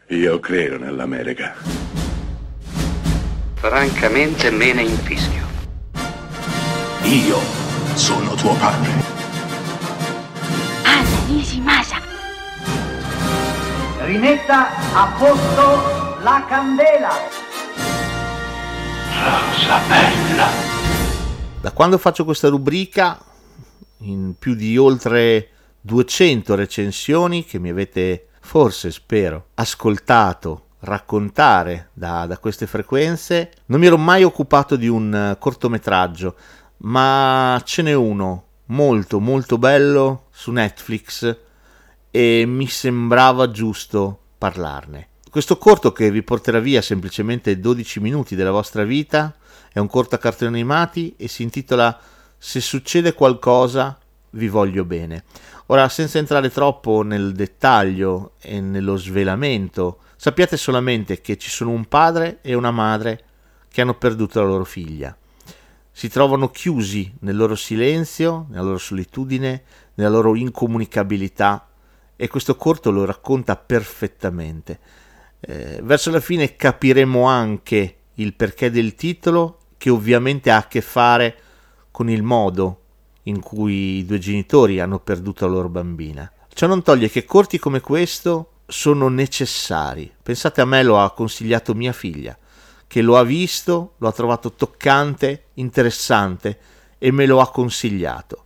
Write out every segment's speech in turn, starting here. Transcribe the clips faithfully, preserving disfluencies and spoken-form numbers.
Io credo nell'America. Francamente me ne infischio. Io sono tuo padre. Anna Nishimasa. Rimetta a posto la candela. Rosa bella. Da quando faccio questa rubrica, in più di oltre duecento recensioni che mi avete, forse spero, ascoltato raccontare da, da queste frequenze, non mi ero mai occupato di un cortometraggio, ma ce n'è uno molto molto bello su Netflix e mi sembrava giusto parlarne. Questo corto, che vi porterà via semplicemente dodici minuti della vostra vita, è un corto a cartoni animati e si intitola Se succede qualcosa vi voglio bene. Ora, senza entrare troppo nel dettaglio e nello svelamento, sappiate solamente che ci sono un padre e una madre che hanno perduto la loro figlia. Si trovano chiusi nel loro silenzio, nella loro solitudine, nella loro incomunicabilità, e questo corto lo racconta perfettamente. Eh, verso la fine capiremo anche il perché del titolo, che ovviamente ha a che fare con il modo in cui i due genitori hanno perduto la loro bambina. Ciò non toglie che corti come questo sono necessari. Pensate, a me lo ha consigliato mia figlia, che lo ha visto, lo ha trovato toccante, interessante e me lo ha consigliato.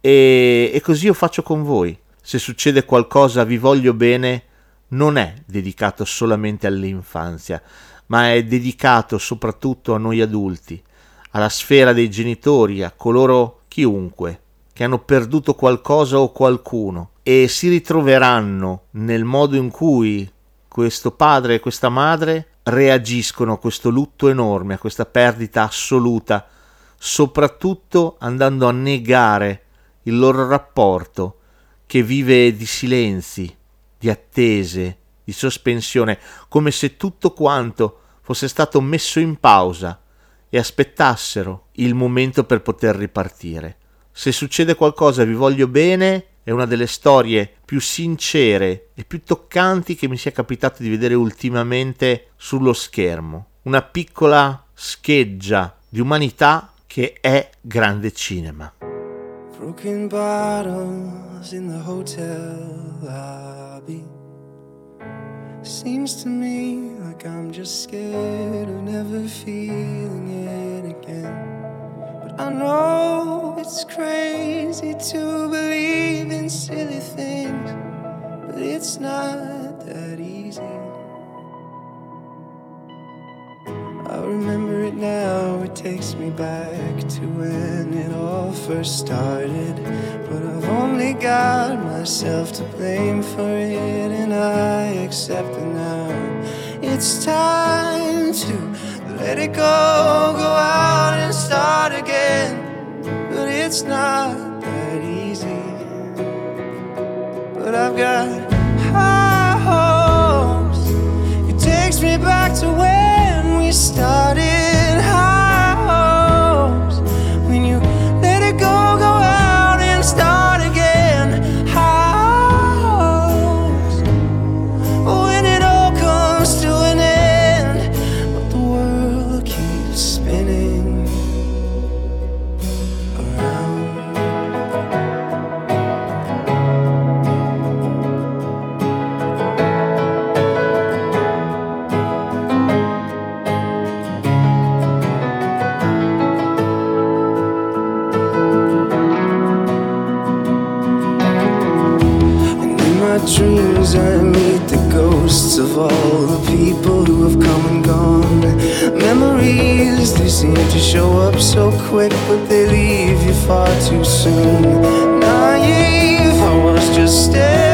E, e così io faccio con voi. Se succede qualcosa vi voglio bene non è dedicato solamente all'infanzia, ma è dedicato soprattutto a noi adulti, alla sfera dei genitori, a coloro, chiunque, che hanno perduto qualcosa o qualcuno e si ritroveranno nel modo in cui questo padre e questa madre reagiscono a questo lutto enorme, a questa perdita assoluta, soprattutto andando a negare il loro rapporto, che vive di silenzi, di attese, di sospensione, come se tutto quanto fosse stato messo in pausa e aspettassero il momento per poter ripartire. Se succede qualcosa vi voglio bene è una delle storie più sincere e più toccanti che mi sia capitato di vedere ultimamente sullo schermo. Una piccola scheggia di umanità che è grande cinema. Broken bottles in the hotel lobby. Seems to me like I'm just scared of never feeling it again. But I know it's crazy to believe in silly things, but it's not that easy. I remember it now, it takes me back to when it all first started. But I've only got myself to blame for it, and I accept it now. It's time to let it go, go out and start again. But it's not that easy. But I've got high hopes. It takes me back to when we started. High hopes. When you let it go, go out and start again. High hopes. When it all comes to an end, but the world keeps spinning around. Dreams I meet the ghosts of all the people who have come and gone. Memories, they seem to show up so quick, but they leave you far too soon. Naive, I was just staring